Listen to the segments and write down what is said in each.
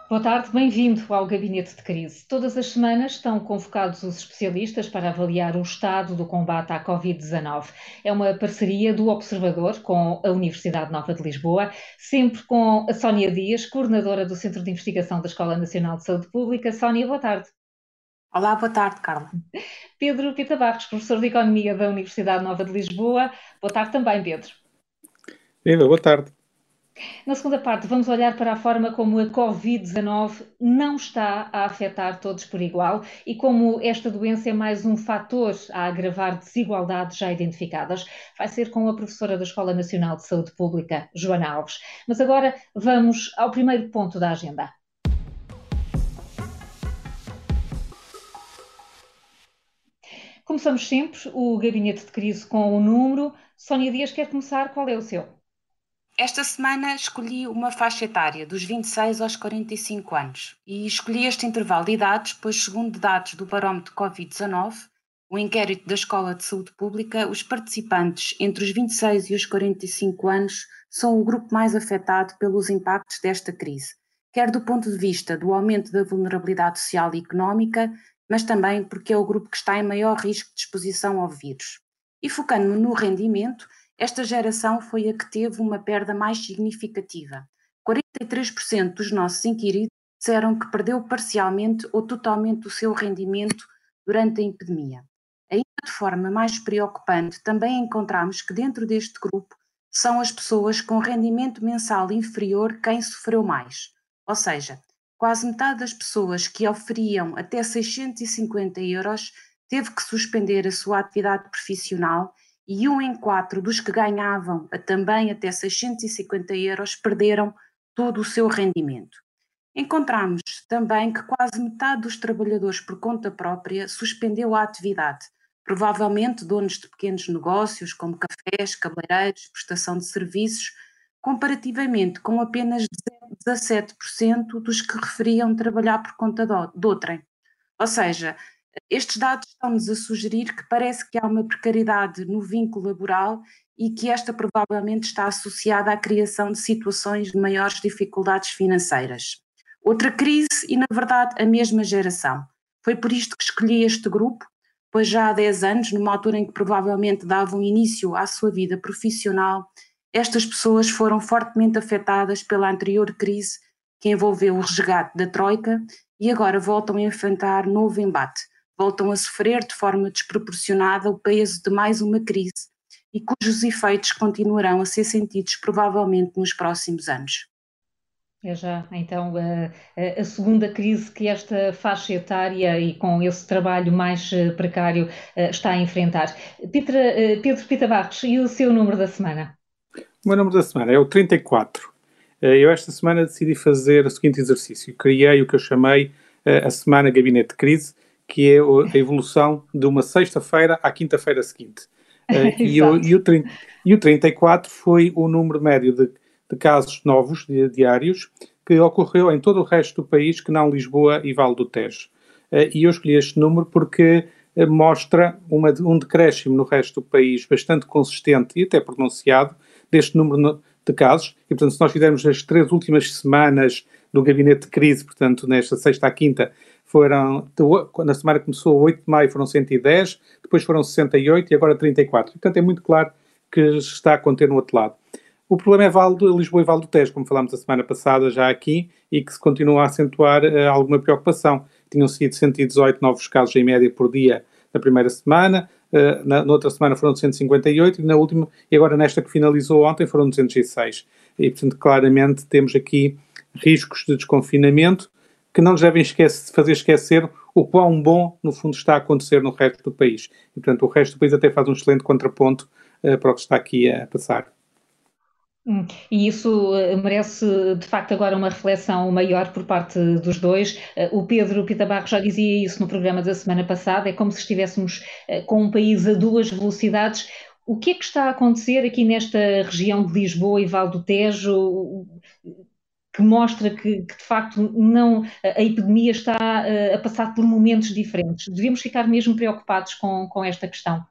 Boa tarde, bem-vindo ao Gabinete de Crise. Todas as semanas estão convocados os especialistas para avaliar o estado do combate à Covid-19. É uma parceria do Observador com a Universidade Nova de Lisboa, sempre com a Sónia Dias, coordenadora do Centro de Investigação da Escola Nacional de Saúde Pública. Sónia, boa tarde. Olá, boa tarde, Carla. Pedro Pita Barros, professor de Economia da Universidade Nova de Lisboa. Boa tarde também, Pedro. Viva, boa tarde. Na segunda parte, vamos olhar para a forma como a Covid-19 não está a afetar todos por igual e como esta doença é mais um fator a agravar desigualdades já identificadas. Vai ser com a professora da Escola Nacional de Saúde Pública, Joana Alves. Mas agora vamos ao primeiro ponto da agenda. Começamos sempre o gabinete de crise com o número. Sónia Dias quer começar, qual é o seu? Esta semana escolhi uma faixa etária dos 26 aos 45 anos e escolhi este intervalo de idades, pois, segundo dados do barómetro Covid-19, o inquérito da Escola de Saúde Pública, os participantes entre os 26 e os 45 anos são o grupo mais afetado pelos impactos desta crise, quer do ponto de vista do aumento da vulnerabilidade social e económica, mas também porque é o grupo que está em maior risco de exposição ao vírus. E focando-me no rendimento, esta geração foi a que teve uma perda mais significativa. 43% dos nossos inquiridos disseram que perdeu parcialmente ou totalmente o seu rendimento durante a epidemia. Ainda de forma mais preocupante, também encontramos que dentro deste grupo são as pessoas com rendimento mensal inferior quem sofreu mais. Ou seja, quase metade das pessoas que oferiam até 650 euros teve que suspender a sua atividade profissional e 1 em 4 dos que ganhavam também até 650 euros perderam todo o seu rendimento. Encontramos também que quase metade dos trabalhadores por conta própria suspendeu a atividade, provavelmente donos de pequenos negócios como cafés, cabeleireiros, prestação de serviços, comparativamente com apenas 17% dos que referiam trabalhar por conta de outrem. Ou seja, estes dados estão-nos a sugerir que parece que há uma precariedade no vínculo laboral e que esta provavelmente está associada à criação de situações de maiores dificuldades financeiras. Outra crise e, na verdade, a mesma geração. Foi por isto que escolhi este grupo, pois já há 10 anos, numa altura em que provavelmente davam início à sua vida profissional, estas pessoas foram fortemente afetadas pela anterior crise que envolveu o resgate da Troika e agora voltam a enfrentar novo embate. Voltam a sofrer de forma desproporcionada o peso de mais uma crise e cujos efeitos continuarão a ser sentidos provavelmente nos próximos anos. É já então a segunda crise que esta faixa etária e com esse trabalho mais precário está a enfrentar. Pedro Pita Barros, e o seu número da semana? O meu número da semana é o 34. Eu esta semana decidi fazer o seguinte exercício. Criei o que eu chamei a Semana Gabinete de Crise, que é a evolução de uma sexta-feira à quinta-feira seguinte. Exato. E o 34 foi o número médio de casos novos, diários, que ocorreu em todo o resto do país, que não Lisboa e Vale do Tejo. E eu escolhi este número porque mostra um decréscimo no resto do país bastante consistente e até pronunciado deste número de casos. E, portanto, se nós fizermos as 3 últimas semanas do gabinete de crise, portanto, nesta sexta à quinta, na semana que começou, 8 de maio, foram 110, depois foram 68 e agora 34. Portanto, é muito claro que está a conter no outro lado. O problema é Lisboa e Vale do Tejo, como falámos a semana passada já aqui, e que se continua a acentuar alguma preocupação. Tinham sido 118 novos casos em média por dia na primeira semana, na outra semana foram 258 e na última, e agora nesta que finalizou ontem, foram 206. E, portanto, claramente temos aqui riscos de desconfinamento que não nos devem fazer esquecer o quão bom, no fundo, está a acontecer no resto do país. E, portanto, o resto do país até faz um excelente contraponto para o que está aqui a passar. E isso merece, de facto, agora uma reflexão maior por parte dos dois. O Pedro Pita Barros já dizia isso no programa da semana passada, é como se estivéssemos com um país a duas velocidades. O que é que está a acontecer aqui nesta região de Lisboa e Vale do Tejo, que mostra que, de facto, não, a epidemia está a passar por momentos diferentes? Devemos ficar mesmo preocupados com esta questão.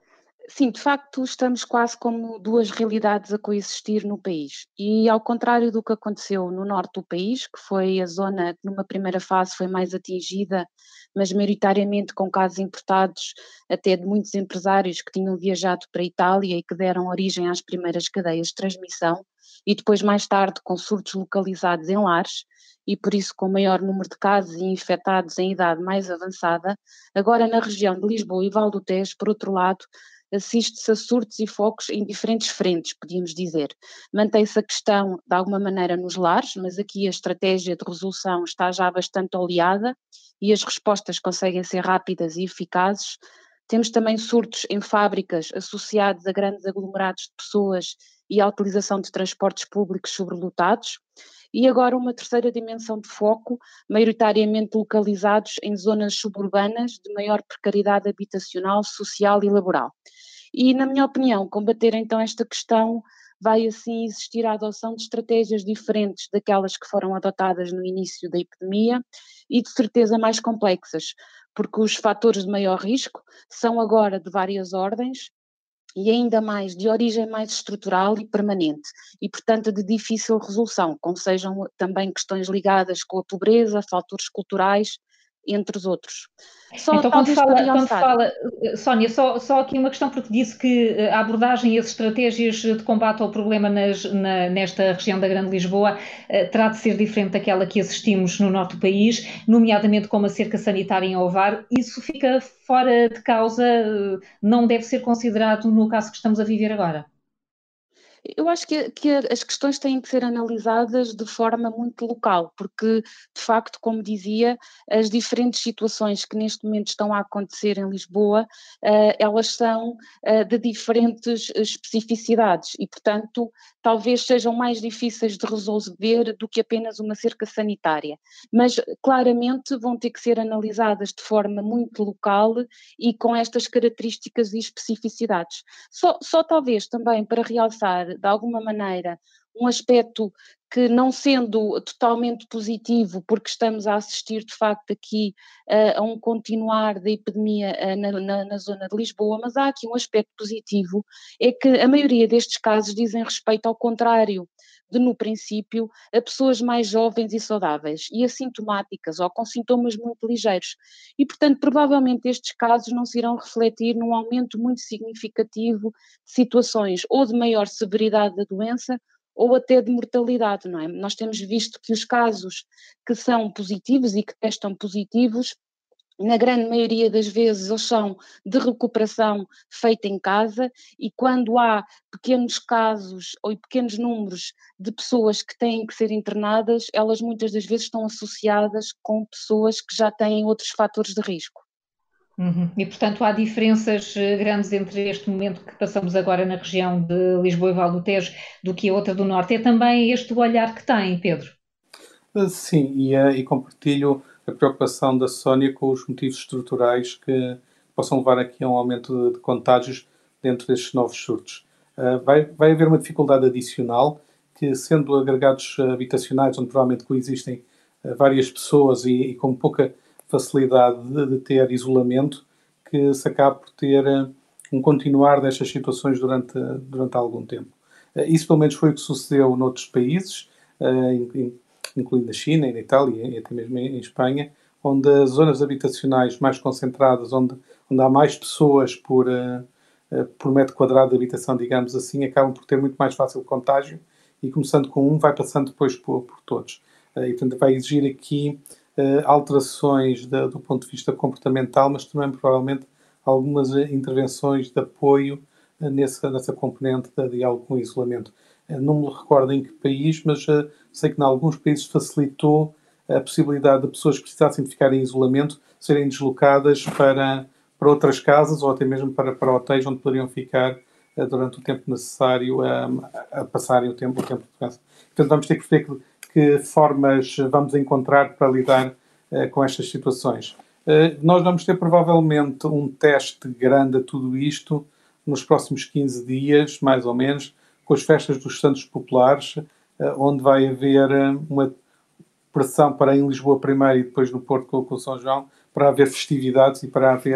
Sim, de facto, estamos quase como duas realidades a coexistir no país. E ao contrário do que aconteceu no norte do país, que foi a zona que numa primeira fase foi mais atingida, mas maioritariamente com casos importados até de muitos empresários que tinham viajado para a Itália e que deram origem às primeiras cadeias de transmissão, e depois mais tarde com surtos localizados em lares, e por isso com maior número de casos e infectados em idade mais avançada, agora na região de Lisboa e Val do Tejo, por outro lado, assiste-se a surtos e focos em diferentes frentes, podíamos dizer. Mantém-se a questão, de alguma maneira, nos lares, mas aqui a estratégia de resolução está já bastante oleada e as respostas conseguem ser rápidas e eficazes. Temos também surtos em fábricas associados a grandes aglomerados de pessoas e à utilização de transportes públicos sobrelotados. E agora uma terceira dimensão de foco, maioritariamente localizados em zonas suburbanas de maior precariedade habitacional, social e laboral. E, na minha opinião, combater então esta questão vai assim existir a adoção de estratégias diferentes daquelas que foram adotadas no início da epidemia e de certeza mais complexas, porque os fatores de maior risco são agora de várias ordens e ainda mais de origem mais estrutural e permanente, e portanto de difícil resolução, como sejam também questões ligadas com a pobreza, fatores culturais, entre os outros. Só Então, talvez para quando realçar. fala, Sónia, só aqui uma questão, porque disse que a abordagem e as estratégias de combate ao problema nesta região da Grande Lisboa terá de ser diferente daquela que assistimos no norte do país, nomeadamente com a cerca sanitária em Ovar. Isso fica fora de causa, não deve ser considerado no caso que estamos a viver agora? Eu acho que as questões têm que ser analisadas de forma muito local, porque, de facto, como dizia, as diferentes situações que neste momento estão a acontecer em Lisboa, elas são de diferentes especificidades e, portanto, talvez sejam mais difíceis de resolver do que apenas uma cerca sanitária. Mas, claramente, vão ter que ser analisadas de forma muito local e com estas características e especificidades. Só talvez também para realçar de alguma maneira um aspecto que, não sendo totalmente positivo, porque estamos a assistir de facto aqui a um continuar da epidemia na zona de Lisboa, mas há aqui um aspecto positivo, é que a maioria destes casos dizem respeito ao contrário de, no princípio, a pessoas mais jovens e saudáveis e assintomáticas ou com sintomas muito ligeiros. E, portanto, provavelmente estes casos não se irão refletir num aumento muito significativo de situações ou de maior severidade da doença ou até de mortalidade, não é? Nós temos visto que os casos que são positivos e que testam positivos, na grande maioria das vezes eles são de recuperação feita em casa, e quando há pequenos casos ou pequenos números de pessoas que têm que ser internadas, elas muitas das vezes estão associadas com pessoas que já têm outros fatores de risco. Uhum. E, portanto, há diferenças grandes entre este momento que passamos agora na região de Lisboa e Val do Tejo do que a outra do Norte. É também este o olhar que tem, Pedro? Sim, e compartilho a preocupação da Sónia com os motivos estruturais que possam levar aqui a um aumento de contágios dentro destes novos surtos. Vai haver uma dificuldade adicional que, sendo agregados habitacionais, onde provavelmente coexistem várias pessoas e com pouca facilidade de ter isolamento, que se acaba por ter um continuar destas situações durante algum tempo. Isso, pelo menos, foi o que sucedeu noutros países, incluindo a China, na Itália e até mesmo em Espanha, onde as zonas habitacionais mais concentradas, onde há mais pessoas por metro quadrado de habitação, digamos assim, acabam por ter muito mais fácil contágio e, começando com um, vai passando depois por todos. E, portanto, vai exigir aqui alterações do ponto de vista comportamental, mas também, provavelmente, algumas intervenções de apoio nessa componente de algum isolamento. Não me recordo em que país, mas sei que em alguns países facilitou a possibilidade de pessoas que precisassem de ficar em isolamento serem deslocadas para outras casas ou até mesmo para hotéis onde poderiam ficar durante o tempo necessário a passarem o tempo de casa. Portanto, vamos ter que ver que formas vamos encontrar para lidar com estas situações. Nós vamos ter provavelmente um teste grande a tudo isto nos próximos 15 dias, mais ou menos, com as festas dos Santos Populares, onde vai haver uma pressão para em Lisboa primeiro e depois no Porto com o São João, para haver festividades e para haver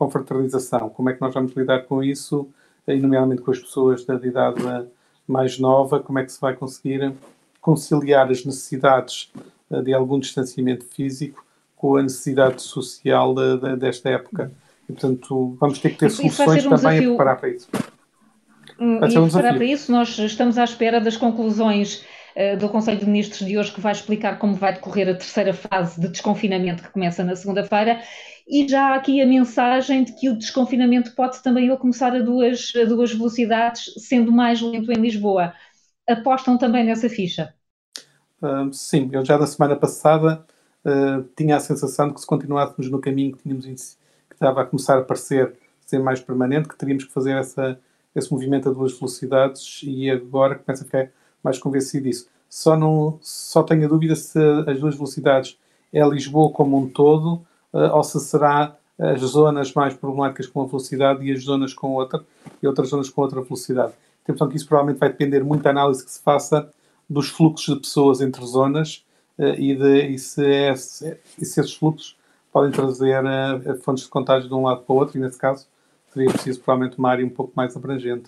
confraternização. Como é que nós vamos lidar com isso, e nomeadamente com as pessoas de idade mais nova, como é que se vai conseguir conciliar as necessidades de algum distanciamento físico com a necessidade social desta época. E, portanto, vamos ter que ter soluções também a preparar para isso. Vai ser um desafio. Para isso, nós estamos à espera das conclusões do Conselho de Ministros de hoje, que vai explicar como vai decorrer a terceira fase de desconfinamento, que começa na segunda-feira, e já há aqui a mensagem de que o desconfinamento pode também começar a duas velocidades, sendo mais lento em Lisboa. Apostam também nessa ficha? Sim, eu já na semana passada tinha a sensação de que se continuássemos no caminho que estava a começar a parecer ser mais permanente, que teríamos que fazer esse movimento a duas velocidades, e agora começo a ficar mais convencido disso. Só tenho a dúvida se as duas velocidades é Lisboa como um todo, ou se será as zonas mais problemáticas com uma velocidade e as zonas com outra, e outras zonas com outra velocidade. Então, portanto, isso provavelmente vai depender muito da análise que se faça dos fluxos de pessoas entre zonas e se esses fluxos podem trazer fontes de contágio de um lado para o outro, e nesse caso seria preciso provavelmente uma área um pouco mais abrangente.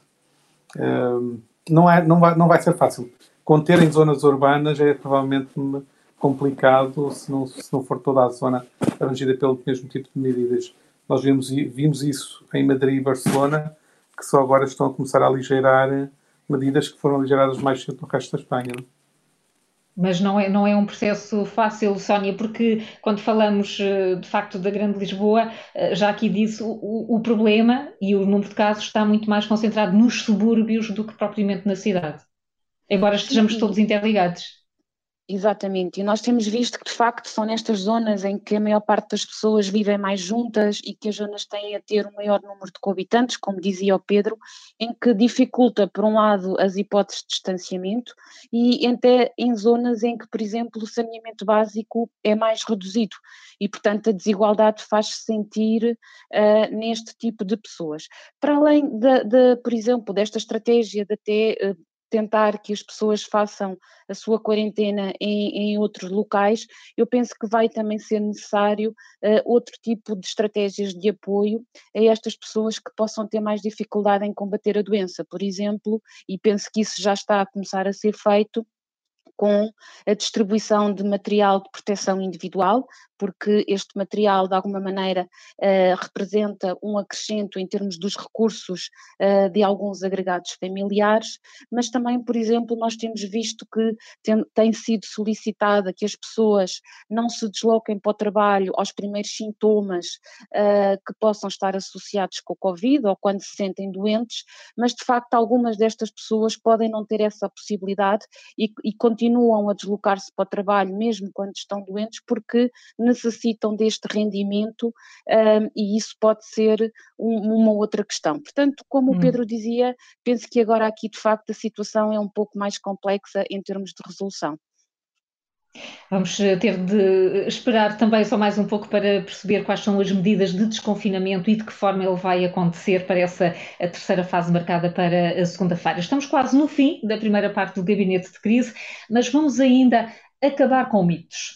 Não vai ser fácil. Conter em zonas urbanas é provavelmente complicado se não for toda a zona abrangida pelo mesmo tipo de medidas. Nós vimos isso em Madrid e Barcelona, que só agora estão a começar a aligeirar medidas que foram aligeradas mais cedo no resto da Espanha. Não? Mas não é um processo fácil, Sónia, porque quando falamos de facto da Grande Lisboa, já aqui disse, o problema e o número de casos está muito mais concentrado nos subúrbios do que propriamente na cidade, embora estejamos todos interligados. Exatamente, e nós temos visto que de facto são nestas zonas em que a maior parte das pessoas vivem mais juntas e que as zonas têm a ter um maior número de coabitantes, como dizia o Pedro, em que dificulta, por um lado, as hipóteses de distanciamento, e até em zonas em que, por exemplo, o saneamento básico é mais reduzido e, portanto, a desigualdade faz-se sentir neste tipo de pessoas. Para além, por exemplo, desta estratégia de até tentar que as pessoas façam a sua quarentena em outros locais, eu penso que vai também ser necessário outro tipo de estratégias de apoio a estas pessoas que possam ter mais dificuldade em combater a doença, por exemplo, e penso que isso já está a começar a ser feito com a distribuição de material de proteção individual, porque este material, de alguma maneira, representa um acrescento em termos dos recursos de alguns agregados familiares, mas também, por exemplo, nós temos visto que tem sido solicitada que as pessoas não se desloquem para o trabalho aos primeiros sintomas que possam estar associados com o Covid ou quando se sentem doentes, mas de facto algumas destas pessoas podem não ter essa possibilidade e continuam a deslocar-se para o trabalho mesmo quando estão doentes porque necessitam deste rendimento e isso pode ser uma outra questão. Portanto, como o Pedro dizia, penso que agora aqui de facto a situação é um pouco mais complexa em termos de resolução. Vamos ter de esperar também só mais um pouco para perceber quais são as medidas de desconfinamento e de que forma ele vai acontecer para a terceira fase marcada para a segunda-feira. Estamos quase no fim da primeira parte do gabinete de crise, mas vamos ainda acabar com mitos.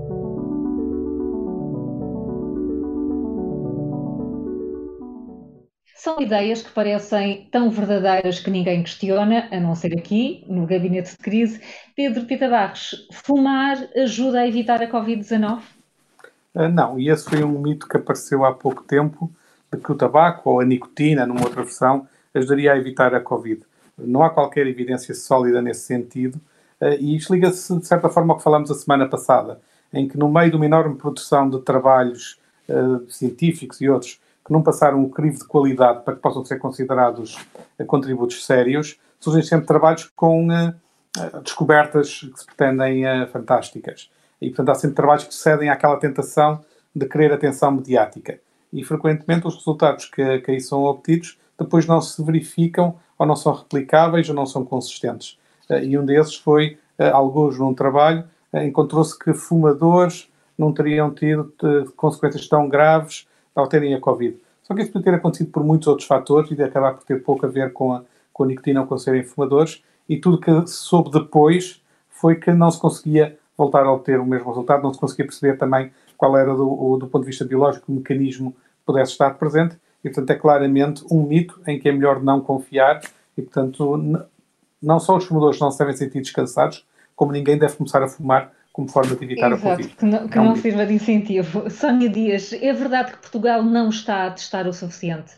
São ideias que parecem tão verdadeiras que ninguém questiona, a não ser aqui, no gabinete de crise. Pedro Pita Barros, fumar ajuda a evitar a Covid-19? Não, e esse foi um mito que apareceu há pouco tempo, de que o tabaco ou a nicotina, numa outra versão, ajudaria a evitar a Covid. Não há qualquer evidência sólida nesse sentido, e isto liga-se, de certa forma, ao que falámos a semana passada, em que no meio de uma enorme produção de trabalhos científicos e outros que não passaram o crivo de qualidade para que possam ser considerados contributos sérios, surgem sempre trabalhos com descobertas que se pretendem fantásticas. E, portanto, há sempre trabalhos que cedem àquela tentação de querer atenção mediática. E, frequentemente, os resultados que aí são obtidos depois não se verificam, ou não são replicáveis, ou não são consistentes. E um desses foi, alguns num trabalho, encontrou-se que fumadores não teriam tido consequências tão graves ao terem a Covid. Só que isso pode ter acontecido por muitos outros fatores e de acabar por ter pouco a ver com a nicotina ou com serem fumadores, e tudo que se soube depois foi que não se conseguia voltar a obter o mesmo resultado, não se conseguia perceber também qual era, do ponto de vista biológico, o mecanismo pudesse estar presente, e portanto é claramente um mito em que é melhor não confiar, e portanto não só os fumadores não se devem sentir descansados, como ninguém deve começar a fumar como forma de evitar a Exato, Covid. que não sirva de incentivo. Sónia Dias, é verdade que Portugal não está a testar o suficiente?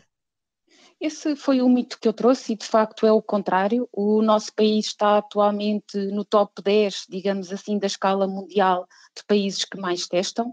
Esse foi o mito que eu trouxe e de facto é o contrário. O nosso país está atualmente no top 10, digamos assim, da escala mundial de países que mais testam.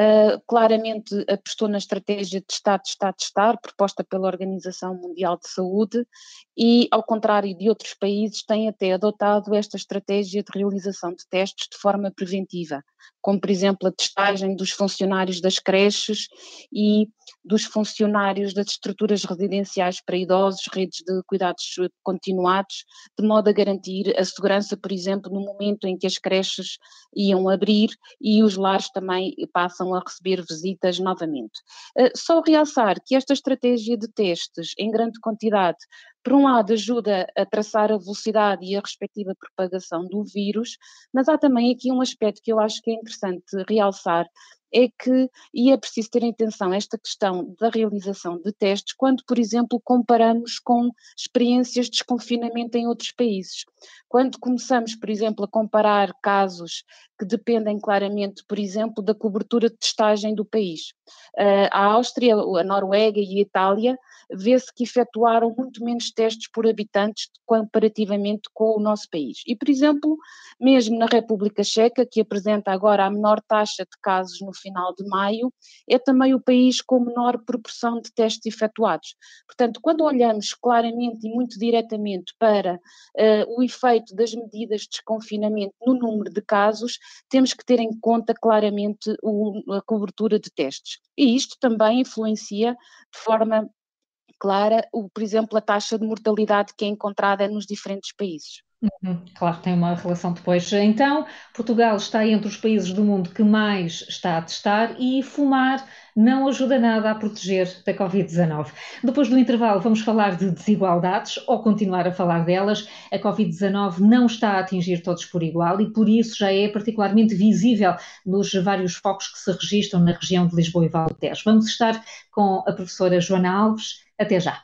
Claramente apostou na estratégia de testar, testar, testar, proposta pela Organização Mundial de Saúde, e ao contrário de outros países tem até adotado esta estratégia de realização de testes de forma preventiva, como por exemplo a testagem dos funcionários das creches e dos funcionários das estruturas residenciais para idosos, redes de cuidados continuados, de modo a garantir a segurança, por exemplo, no momento em que as creches iam abrir e os lares também passam a receber visitas novamente. Só realçar que esta estratégia de testes em grande quantidade, por um lado, ajuda a traçar a velocidade e a respectiva propagação do vírus, mas há também aqui um aspecto que eu acho que é interessante realçar, é que, e é preciso ter em atenção esta questão da realização de testes, quando, por exemplo, comparamos com experiências de desconfinamento em outros países. Quando começamos, por exemplo, a comparar casos que dependem claramente, por exemplo, da cobertura de testagem do país. A Áustria, a Noruega e a Itália, vê-se que efetuaram muito menos testes por habitantes comparativamente com o nosso país. E, por exemplo, mesmo na República Checa, que apresenta agora a menor taxa de casos no final de maio, é também o país com menor proporção de testes efetuados. Portanto, quando olhamos claramente e muito diretamente para o efeito das medidas de desconfinamento no número de casos, temos que ter em conta claramente a cobertura de testes. E isto também influencia de forma clara, por exemplo, a taxa de mortalidade que é encontrada nos diferentes países. Claro, tem uma relação depois. Então, Portugal está entre os países do mundo que mais está a testar e fumar não ajuda nada a proteger da Covid-19. Depois do intervalo, vamos falar de desigualdades ou continuar a falar delas. A Covid-19 não está a atingir todos por igual e, por isso, já é particularmente visível nos vários focos que se registram na região de Lisboa e Vale do Tejo. Vamos estar com a professora Joana Alves. Até já.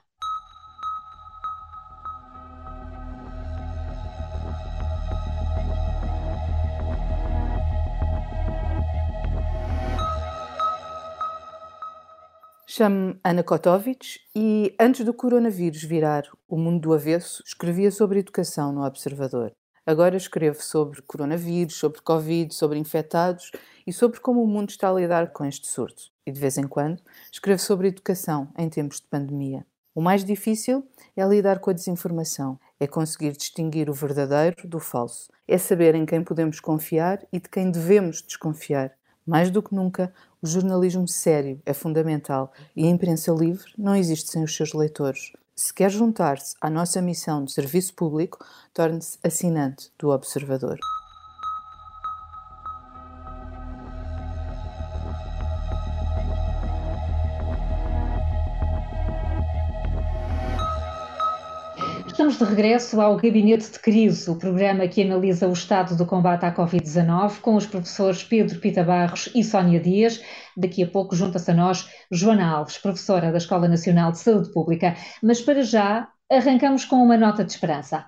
Chamo-me Ana Kotovic e, antes do coronavírus virar o mundo do avesso, escrevia sobre educação no Observador. Agora escrevo sobre coronavírus, sobre Covid, sobre infectados e sobre como o mundo está a lidar com este surto. E, de vez em quando, escrevo sobre educação em tempos de pandemia. O mais difícil é lidar com a desinformação, é conseguir distinguir o verdadeiro do falso, é saber em quem podemos confiar e de quem devemos desconfiar. Mais do que nunca, o jornalismo sério é fundamental e a imprensa livre não existe sem os seus leitores. Se quer juntar-se à nossa missão de serviço público, torne-se assinante do Observador. Estamos de regresso ao Gabinete de Crise, o programa que analisa o estado do combate à Covid-19 com os professores Pedro Pita Barros e Sónia Dias. Daqui a pouco junta-se a nós Joana Alves, professora da Escola Nacional de Saúde Pública. Mas para já, arrancamos com uma nota de esperança.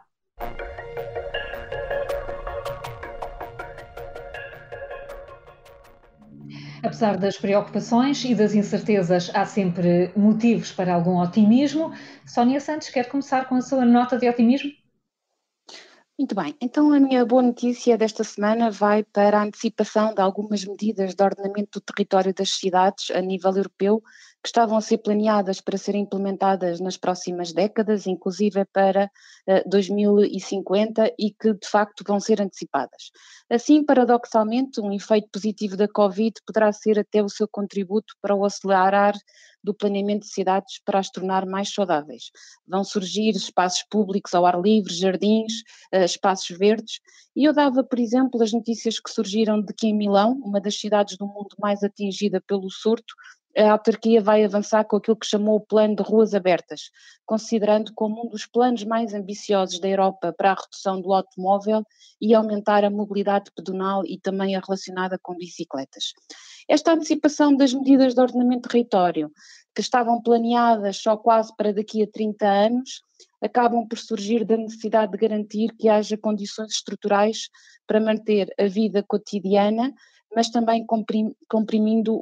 Apesar das preocupações e das incertezas, há sempre motivos para algum otimismo. Sónia Santos, quer começar com a sua nota de otimismo? Muito bem, então a minha boa notícia desta semana vai para a antecipação de algumas medidas de ordenamento do território das cidades a nível europeu que estavam a ser planeadas para serem implementadas nas próximas décadas, inclusive para 2050, e que de facto vão ser antecipadas. Assim, paradoxalmente, um efeito positivo da Covid poderá ser até o seu contributo para o acelerar do planeamento de cidades para as tornar mais saudáveis. Vão surgir espaços públicos ao ar livre, jardins, espaços verdes, e eu dava, por exemplo, as notícias que surgiram de que em Milão, uma das cidades do mundo mais atingida pelo surto, a autarquia vai avançar com aquilo que chamou o Plano de Ruas Abertas, considerando como um dos planos mais ambiciosos da Europa para a redução do automóvel e aumentar a mobilidade pedonal e também a relacionada com bicicletas. Esta antecipação das medidas de ordenamento de território, que estavam planeadas só quase para daqui a 30 anos, acabam por surgir da necessidade de garantir que haja condições estruturais para manter a vida cotidiana, mas também comprimindo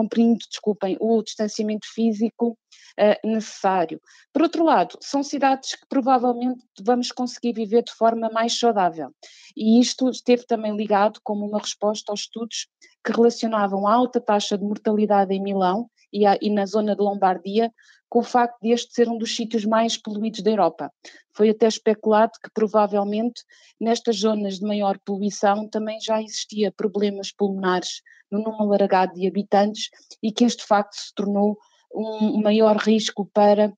o distanciamento físico necessário. Por outro lado, são cidades que provavelmente vamos conseguir viver de forma mais saudável, e isto esteve também ligado como uma resposta aos estudos que relacionavam a alta taxa de mortalidade em Milão e na zona de Lombardia com o facto de este ser um dos sítios mais poluídos da Europa. Foi até especulado que provavelmente nestas zonas de maior poluição também já existia problemas pulmonares no número alargado de habitantes e que este facto se tornou um maior risco para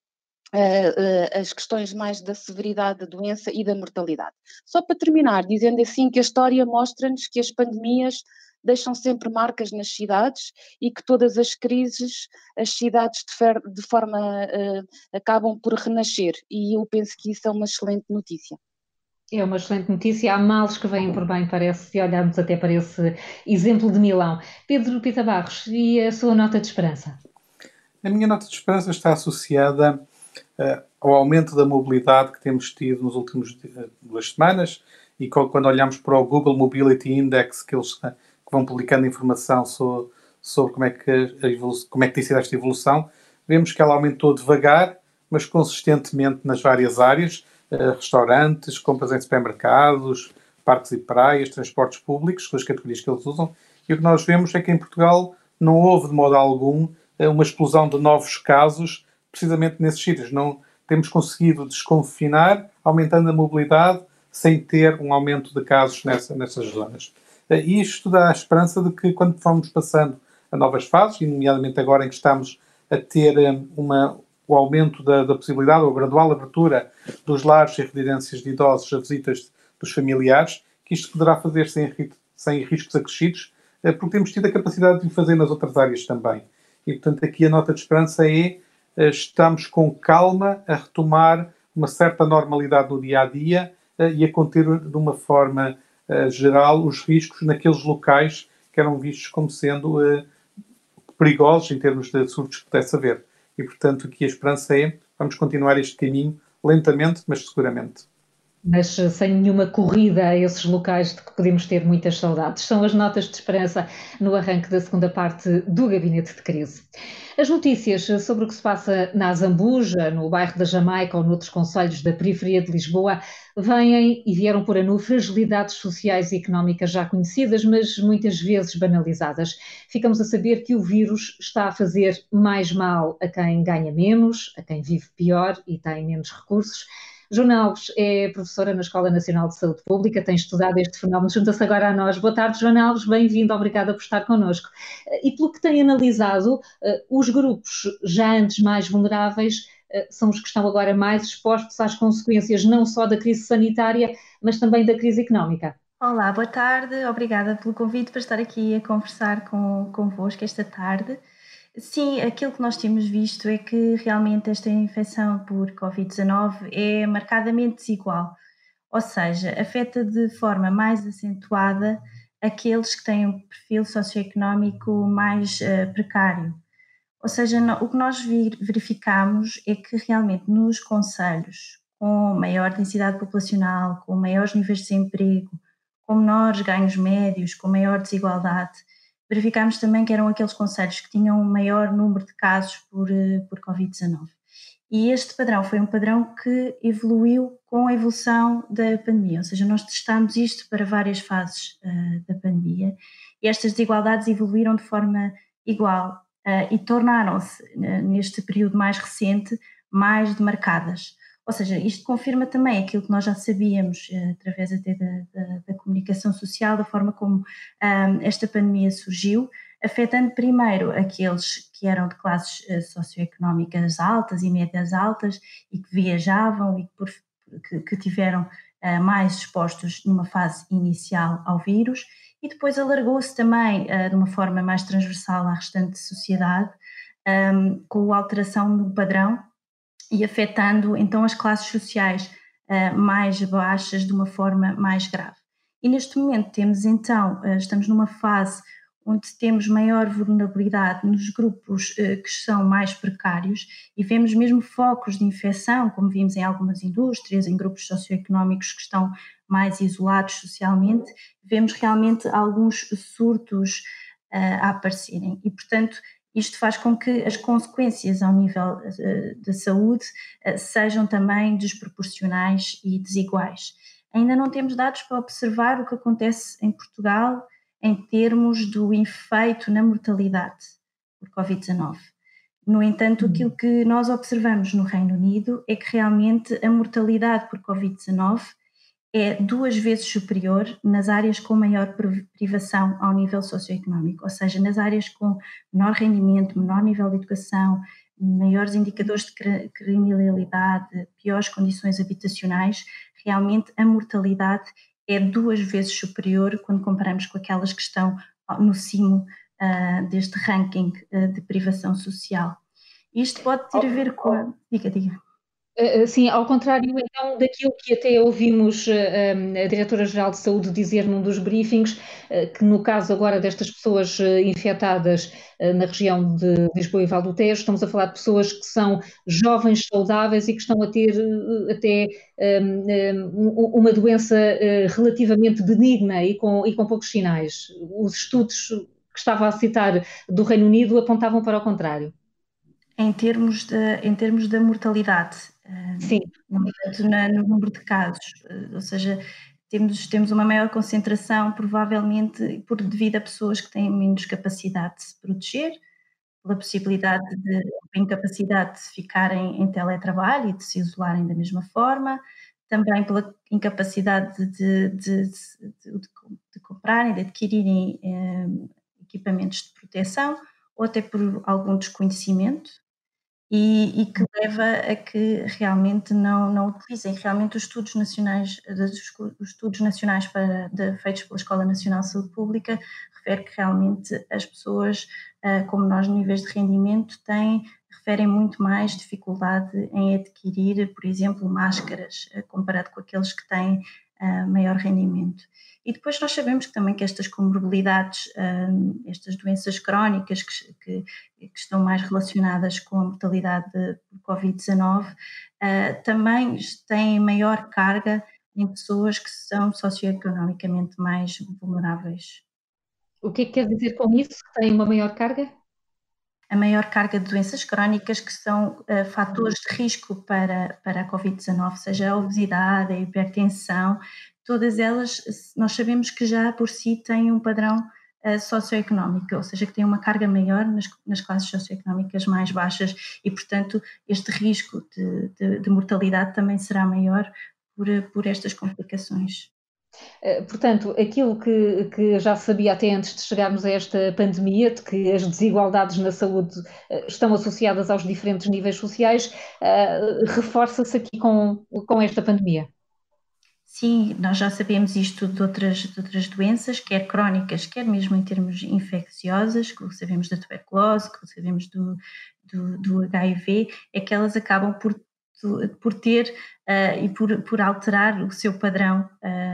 as questões mais da severidade da doença e da mortalidade. Só para terminar, dizendo assim que a história mostra-nos que as pandemias deixam sempre marcas nas cidades e que todas as crises, as cidades de forma acabam por renascer, e eu penso que isso é uma excelente notícia. É uma excelente notícia, há males que vêm por bem, parece, se olharmos até para esse exemplo de Milão. Pedro Pita Barros, e a sua nota de esperança? A minha nota de esperança está associada ao aumento da mobilidade que temos tido nos últimos 2 semanas, e quando olhamos para o Google Mobility Index, que vão publicando informação sobre como é que tem sido esta evolução, vemos que ela aumentou devagar, mas consistentemente nas várias áreas, restaurantes, compras em supermercados, parques e praias, transportes públicos, com as categorias que eles usam, e o que nós vemos é que em Portugal não houve de modo algum uma explosão de novos casos precisamente nesses sítios. Não temos conseguido desconfinar, aumentando a mobilidade, sem ter um aumento de casos nessas zonas. E isto dá a esperança de que, quando vamos passando a novas fases, e nomeadamente agora em que estamos a ter o aumento da possibilidade, ou a gradual abertura dos lares e residências de idosos a visitas dos familiares, que isto poderá fazer sem riscos acrescidos, porque temos tido a capacidade de o fazer nas outras áreas também. E, portanto, aqui a nota de esperança é estamos com calma a retomar uma certa normalidade no dia-a-dia e a conter de uma forma geral os riscos naqueles locais que eram vistos como sendo perigosos em termos de surtos que pudesse haver. E, portanto, aqui a esperança é vamos continuar este caminho lentamente, mas seguramente. Mas sem nenhuma corrida a esses locais de que podemos ter muitas saudades. São as notas de esperança no arranque da segunda parte do Gabinete de Crise. As notícias sobre o que se passa na Azambuja, no bairro da Jamaica ou noutros concelhos da periferia de Lisboa vêm e vieram por a nu fragilidades sociais e económicas já conhecidas, mas muitas vezes banalizadas. Ficamos a saber que o vírus está a fazer mais mal a quem ganha menos, a quem vive pior e tem menos recursos. Joana Alves é professora na Escola Nacional de Saúde Pública, tem estudado este fenómeno, junta-se agora a nós. Boa tarde, Joana Alves, bem-vindo, obrigada por estar connosco. E pelo que tem analisado, os grupos já antes mais vulneráveis são os que estão agora mais expostos às consequências não só da crise sanitária, mas também da crise económica. Olá, boa tarde, obrigada pelo convite para estar aqui a conversar convosco esta tarde. Sim, aquilo que nós temos visto é que realmente esta infecção por Covid-19 é marcadamente desigual, ou seja, afeta de forma mais acentuada aqueles que têm um perfil socioeconómico mais precário. Ou seja, o que nós verificamos é que realmente nos concelhos com maior densidade populacional, com maiores níveis de desemprego, com menores ganhos médios, com maior desigualdade, verificámos também que eram aqueles concelhos que tinham um maior número de casos por Covid-19. E este padrão foi um padrão que evoluiu com a evolução da pandemia, ou seja, nós testámos isto para várias fases da pandemia e estas desigualdades evoluíram de forma igual e tornaram-se, neste período mais recente, mais demarcadas. Ou seja, isto confirma também aquilo que nós já sabíamos, através até da comunicação social, da forma como esta pandemia surgiu, afetando primeiro aqueles que eram de classes socioeconómicas altas e médias altas e que viajavam e que tiveram mais expostos numa fase inicial ao vírus, e depois alargou-se também de uma forma mais transversal à restante sociedade, com a alteração do padrão e afetando então as classes sociais mais baixas de uma forma mais grave. E neste momento estamos numa fase onde temos maior vulnerabilidade nos grupos que são mais precários e vemos mesmo focos de infecção, como vimos em algumas indústrias, em grupos socioeconómicos que estão mais isolados socialmente, vemos realmente alguns surtos a aparecerem e, portanto, isto faz com que as consequências ao nível da saúde sejam também desproporcionais e desiguais. Ainda não temos dados para observar o que acontece em Portugal em termos do efeito na mortalidade por Covid-19. No entanto, aquilo que nós observamos no Reino Unido é que realmente a mortalidade por Covid-19 é 2 vezes superior nas áreas com maior privação ao nível socioeconómico, ou seja, nas áreas com menor rendimento, menor nível de educação, maiores indicadores de criminalidade, piores condições habitacionais, realmente a mortalidade é 2 vezes superior quando comparamos com aquelas que estão no cimo deste ranking de privação social. Isto pode ter a ver com Diga. Sim, ao contrário então daquilo que até ouvimos a Diretora-Geral de Saúde dizer num dos briefings, que no caso agora destas pessoas infectadas na região de Lisboa e Val do Tejo, estamos a falar de pessoas que são jovens, saudáveis e que estão a ter até uma doença relativamente benigna e com poucos sinais. Os estudos que estava a citar do Reino Unido apontavam para o contrário. Em termos da mortalidade, sim, no número de casos, ou seja, temos uma maior concentração, provavelmente devido a pessoas que têm menos capacidade de se proteger, pela possibilidade incapacidade de ficarem em teletrabalho e de se isolarem da mesma forma, também pela incapacidade de comprarem, de adquirirem equipamentos de proteção, ou até por algum desconhecimento, e que leva a que realmente não utilizem. Realmente os estudos nacionais feitos pela Escola Nacional de Saúde Pública refere que realmente as pessoas com menores níveis de rendimento referem muito mais dificuldade em adquirir, por exemplo, máscaras, comparado com aqueles que têm maior rendimento. E depois nós sabemos também que estas comorbilidades, estas doenças crónicas que estão mais relacionadas com a mortalidade por Covid-19, também têm maior carga em pessoas que são socioeconomicamente mais vulneráveis. O que é que quer dizer com isso, que tem uma maior carga? A maior carga de doenças crónicas que são fatores de risco para a Covid-19, seja a obesidade, a hipertensão, todas elas nós sabemos que já por si têm um padrão socioeconómico, ou seja, que têm uma carga maior nas classes socioeconómicas mais baixas e, portanto, este risco de mortalidade também será maior por estas complicações. Portanto, aquilo que já sabia até antes de chegarmos a esta pandemia, de que as desigualdades na saúde estão associadas aos diferentes níveis sociais, reforça-se aqui com esta pandemia. Sim, nós já sabemos isto de outras doenças, quer crónicas, quer mesmo em termos infecciosas, que sabemos da tuberculose, que sabemos do HIV, é que elas acabam por ter e por alterar o seu padrão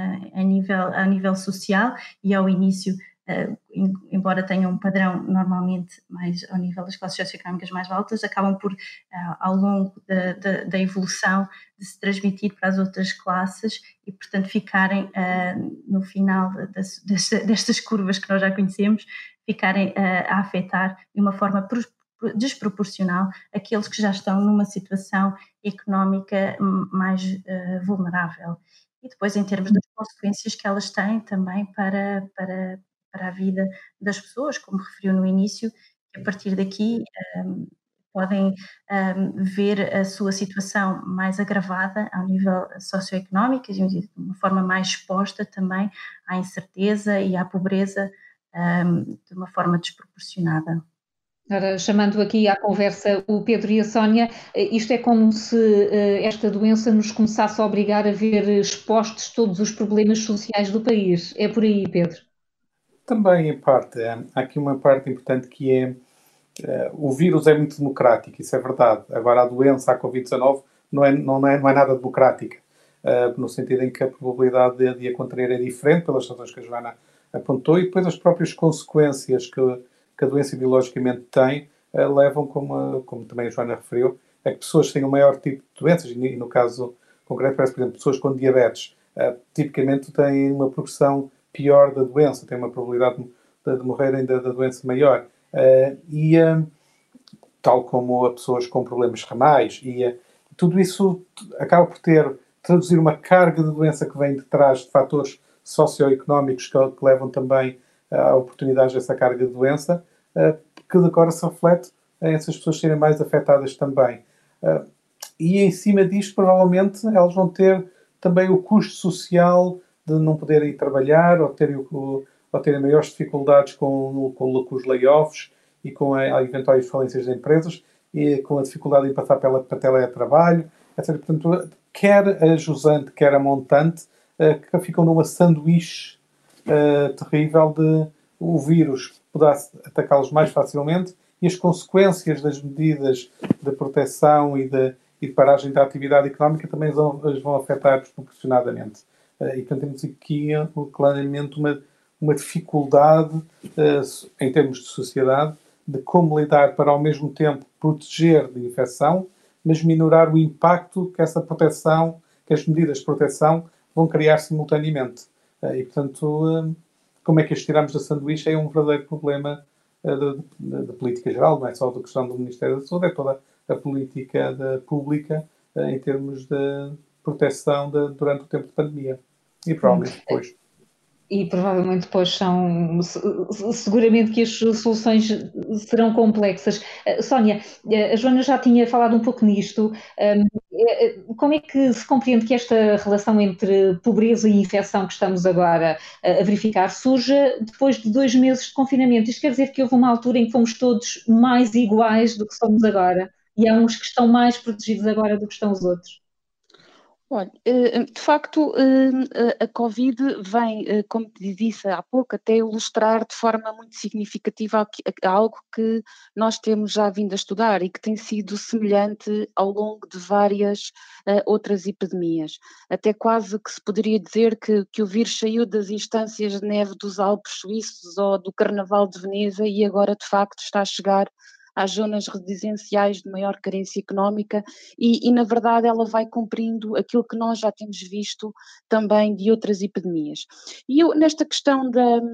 a nível social e ao início, embora tenham um padrão normalmente mais ao nível das classes socioeconómicas mais altas, acabam por, ao longo da evolução, de se transmitir para as outras classes e, portanto, ficarem no final destas curvas que nós já conhecemos, ficarem a afetar de uma forma desproporcional aqueles que já estão numa situação económica mais vulnerável. E depois, em termos das consequências que elas têm também para a vida das pessoas, como referiu no início, a partir daqui podem ver a sua situação mais agravada ao nível socioeconómico, de uma forma mais exposta também à incerteza e à pobreza de uma forma desproporcionada. Agora, chamando aqui à conversa o Pedro e a Sónia, isto é como se esta doença nos começasse a obrigar a ver expostos todos os problemas sociais do país. É por aí, Pedro? Também, em parte. Há aqui uma parte importante que é o vírus é muito democrático, isso é verdade. Agora, a doença, a Covid-19, não é nada democrática, no sentido em que a probabilidade de a contrair é diferente, pelas razões que a Joana apontou, e depois as próprias consequências que a doença biologicamente tem levam, como também a Joana referiu, a que pessoas tenham um maior tipo de doenças, e no caso concreto, parece, por exemplo, pessoas com diabetes, tipicamente têm uma progressão pior da doença, têm uma probabilidade de morrerem da doença maior. Tal como a pessoas com problemas renais, tudo isso acaba por traduzir uma carga de doença que vem de trás de fatores socioeconómicos que levam também a oportunidades dessa carga de doença, que agora se reflete em essas pessoas serem mais afetadas também. E em cima disto, provavelmente, elas vão ter também o custo social de não poderem ir trabalhar ou terem maiores dificuldades com os layoffs e com eventuais falências de empresas e com a dificuldade em passar para teletrabalho, etc. Portanto, quer a jusante, quer a montante, que ficam numa sanduíche terrível de o vírus pudesse atacá-los mais facilmente e as consequências das medidas de proteção e de paragem da atividade económica também as vão afetar desproporcionadamente. E, portanto, temos aqui claramente uma dificuldade, em termos de sociedade, de como lidar para, ao mesmo tempo, proteger de infecção, mas minorar o impacto que essa proteção, que as medidas de proteção vão criar simultaneamente. E, portanto, como é que as tiramos da sanduíche é um verdadeiro problema da política geral, não é só da questão do Ministério da Saúde, é toda a política pública em termos de proteção durante o tempo de pandemia. E provavelmente depois. E provavelmente depois seguramente que as soluções serão complexas. Sónia, a Joana já tinha falado um pouco nisto. Como é que se compreende que esta relação entre pobreza e infecção que estamos agora a verificar surge depois de 2 meses de confinamento? Isto quer dizer que houve uma altura em que fomos todos mais iguais do que somos agora e há uns que estão mais protegidos agora do que estão os outros? Olha, de facto, a Covid vem, como te disse há pouco, até ilustrar de forma muito significativa algo que nós temos já vindo a estudar e que tem sido semelhante ao longo de várias outras epidemias. Até quase que se poderia dizer que o vírus saiu das instâncias de neve dos Alpes suíços ou do Carnaval de Veneza e agora, de facto, está a chegar às zonas residenciais de maior carência económica e, na verdade, ela vai cumprindo aquilo que nós já temos visto também de outras epidemias. E eu, nesta questão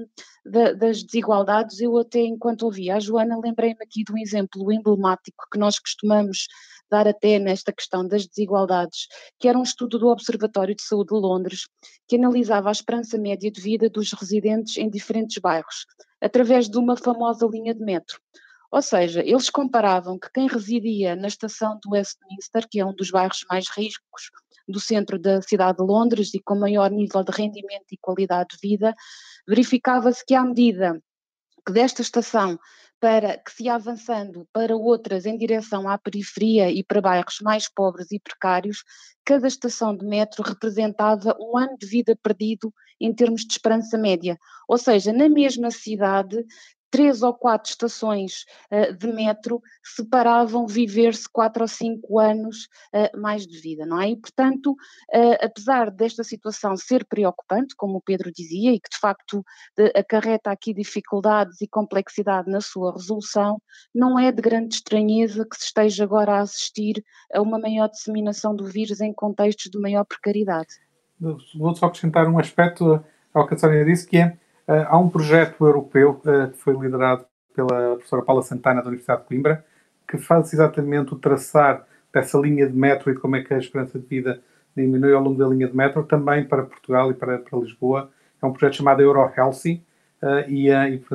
das desigualdades, eu até, enquanto ouvia a Joana, lembrei-me aqui de um exemplo emblemático que nós costumamos dar até nesta questão das desigualdades, que era um estudo do Observatório de Saúde de Londres, que analisava a esperança média de vida dos residentes em diferentes bairros, através de uma famosa linha de metro. Ou seja, eles comparavam que quem residia na estação do Westminster, que é um dos bairros mais ricos do centro da cidade de Londres e com maior nível de rendimento e qualidade de vida, verificava-se que à medida que desta estação que se ia avançando para outras em direção à periferia e para bairros mais pobres e precários, cada estação de metro representava um ano de vida perdido em termos de esperança média. Ou seja, na mesma cidade, 3 ou 4 estações de metro separavam viver-se 4 ou 5 anos mais de vida, não é? E, portanto, apesar desta situação ser preocupante, como o Pedro dizia, e que de facto acarreta aqui dificuldades e complexidade na sua resolução, não é de grande estranheza que se esteja agora a assistir a uma maior disseminação do vírus em contextos de maior precariedade. Vou só acrescentar um aspecto ao que a Sónia disse, que é há um projeto europeu que foi liderado pela professora Paula Santana da Universidade de Coimbra, que faz exatamente o traçar dessa linha de metro e de como é que a esperança de vida diminui ao longo da linha de metro, também para Portugal e para Lisboa. É um projeto chamado EuroHealthy e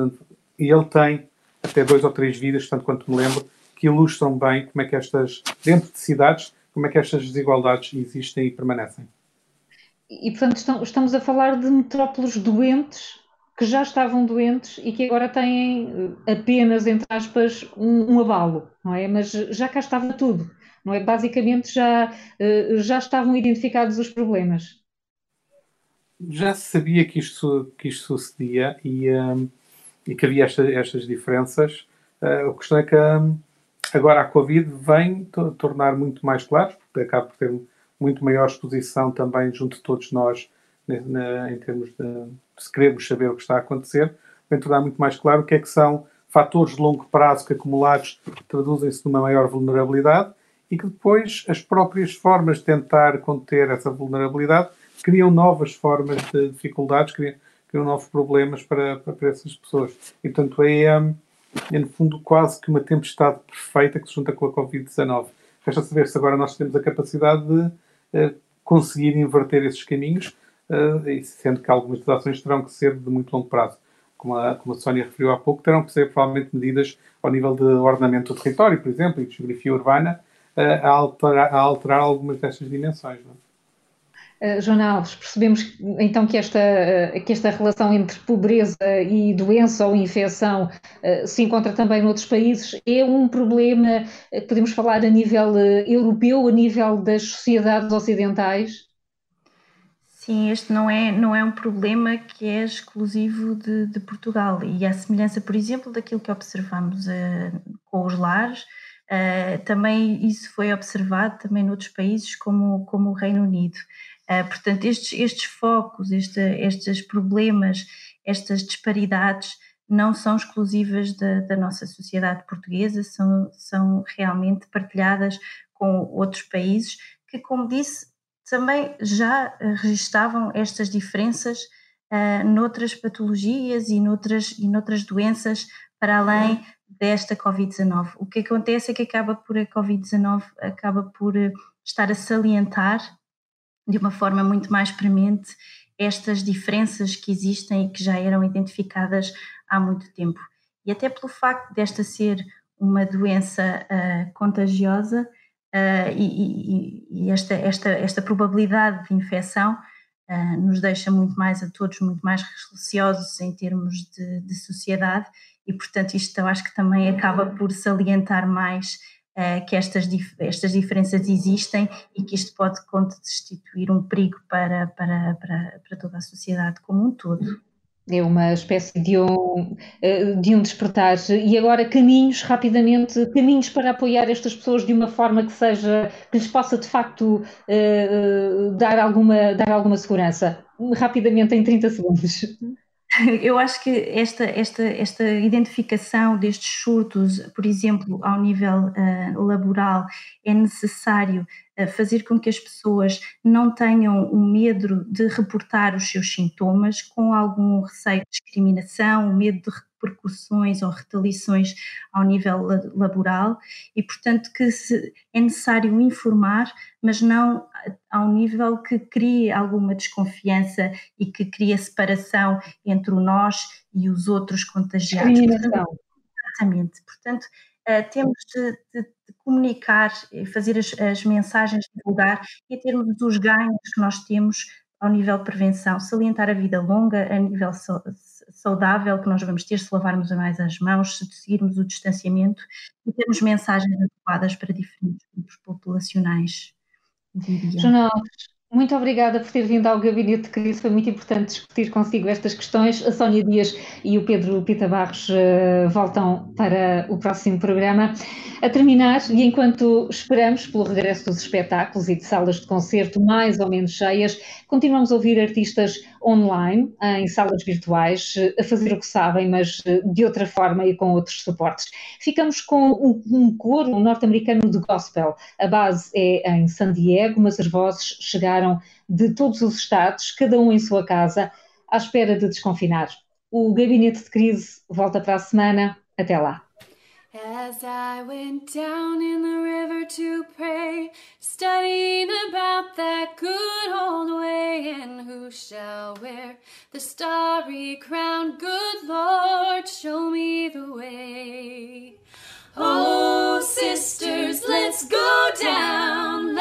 ele tem até 2 ou 3 vídeos, tanto quanto me lembro, que ilustram bem como é que dentro de cidades, como é que estas desigualdades existem e permanecem. E, portanto, estamos a falar de metrópoles doentes, que já estavam doentes e que agora têm apenas, entre aspas, um abalo, não é? Mas já cá estava tudo, não é? Basicamente já estavam identificados os problemas. Já se sabia que isto sucedia e que havia estas diferenças, A questão é que agora a Covid vem tornar muito mais claro, porque acaba por ter muito maior exposição também junto de todos nós, em termos de se queremos saber o que está a acontecer, vem tornar muito mais claro o que é que são fatores de longo prazo que acumulados traduzem-se numa maior vulnerabilidade e que depois as próprias formas de tentar conter essa vulnerabilidade criam novas formas de dificuldades, criam novos problemas para essas pessoas. E, portanto, é no fundo quase que uma tempestade perfeita que se junta com a Covid-19. Resta saber se agora nós temos a capacidade de conseguir inverter esses caminhos, sendo que algumas das ações terão que ser de muito longo prazo. Como a Sónia referiu há pouco, terão que ser provavelmente medidas ao nível de ordenamento do território, por exemplo, e de geografia urbana, a alterar algumas destas dimensões. Não é? Joana Alves, percebemos então que esta relação entre pobreza e doença ou infecção se encontra também noutros países. É um problema que podemos falar a nível europeu, a nível das sociedades ocidentais? Sim, este não é um problema que é exclusivo de Portugal e à semelhança, por exemplo, daquilo que observamos com os lares, também isso foi observado também noutros países como o Reino Unido. Portanto, estes focos, estes problemas, estas disparidades não são exclusivas da nossa sociedade portuguesa, são realmente partilhadas com outros países que, como disse, também já registavam estas diferenças noutras patologias e noutras doenças para além desta Covid-19. O que acontece é que a Covid-19 acaba por estar a salientar de uma forma muito mais premente estas diferenças que existem e que já eram identificadas há muito tempo. E até pelo facto desta ser uma doença contagiosa, e esta probabilidade de infecção nos deixa a todos muito mais receosos em termos de sociedade e, portanto, isto eu acho que também acaba por salientar mais que estas diferenças existem e que isto pode constituir um perigo para toda a sociedade como um todo. É uma espécie de um despertar. E agora rapidamente, caminhos para apoiar estas pessoas de uma forma que lhes possa de facto dar alguma segurança. Rapidamente, em 30 segundos. Eu acho que esta identificação destes surtos, por exemplo, ao nível laboral, é necessário fazer com que as pessoas não tenham o medo de reportar os seus sintomas, com algum receio de discriminação, o medo de repercussões ou retaliações ao nível laboral e, portanto, é necessário informar, mas não ao nível que crie alguma desconfiança e que crie separação entre o nós e os outros contagiados. Discriminação. Exatamente. Portanto, temos de comunicar, fazer as mensagens divulgar e termos os ganhos que nós temos ao nível de prevenção, salientar a vida longa, a nível saudável que nós vamos ter se lavarmos mais as mãos, se seguirmos o distanciamento e termos mensagens adequadas para diferentes grupos populacionais. Joana Alves, muito obrigada por ter vindo ao Gabinete de Crise, foi muito importante discutir consigo estas questões. A Sónia Dias e o Pedro Pita Barros voltam para o próximo programa. A terminar, e enquanto esperamos pelo regresso dos espetáculos e de salas de concerto mais ou menos cheias, continuamos a ouvir artistas online, em salas virtuais, a fazer o que sabem, mas de outra forma e com outros suportes. Ficamos com um coro norte-americano de gospel. A base é em San Diego, mas as vozes chegaram de todos os estados, cada um em sua casa, à espera de desconfinar. O Gabinete de Crise volta para a semana. Até lá. As I went down in the river to pray, studying about that good old way, and who shall wear the starry crown? Good Lord, show me the way. Oh, sisters, let's go down,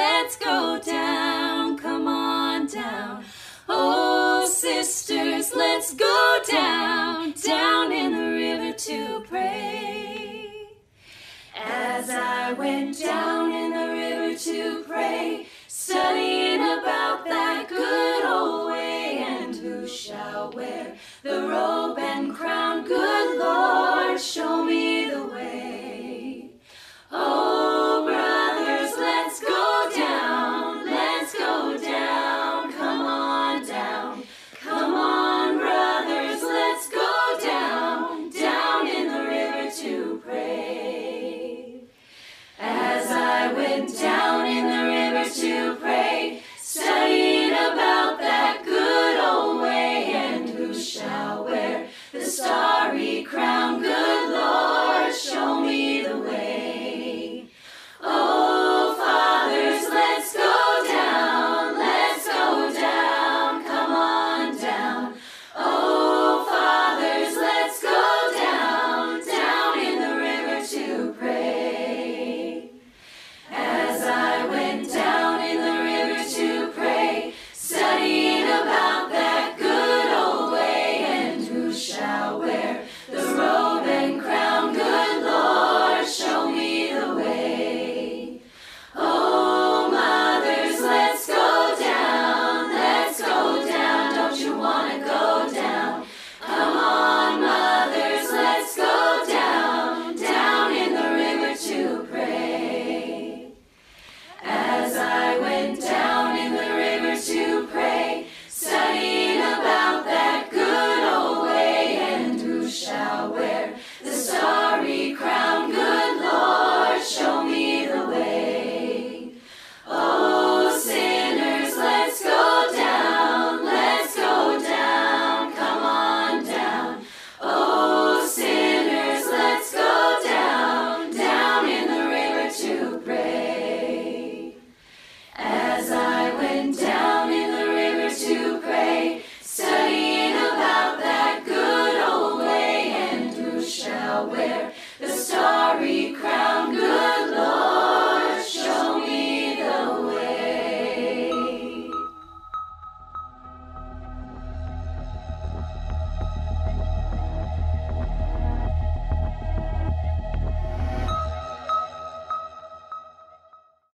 come on down. Oh, sisters, let's go down, down in the river to pray. As I went down in the river to pray, studying about that good old way, and who shall wear the robe and crown? Good Lord, show me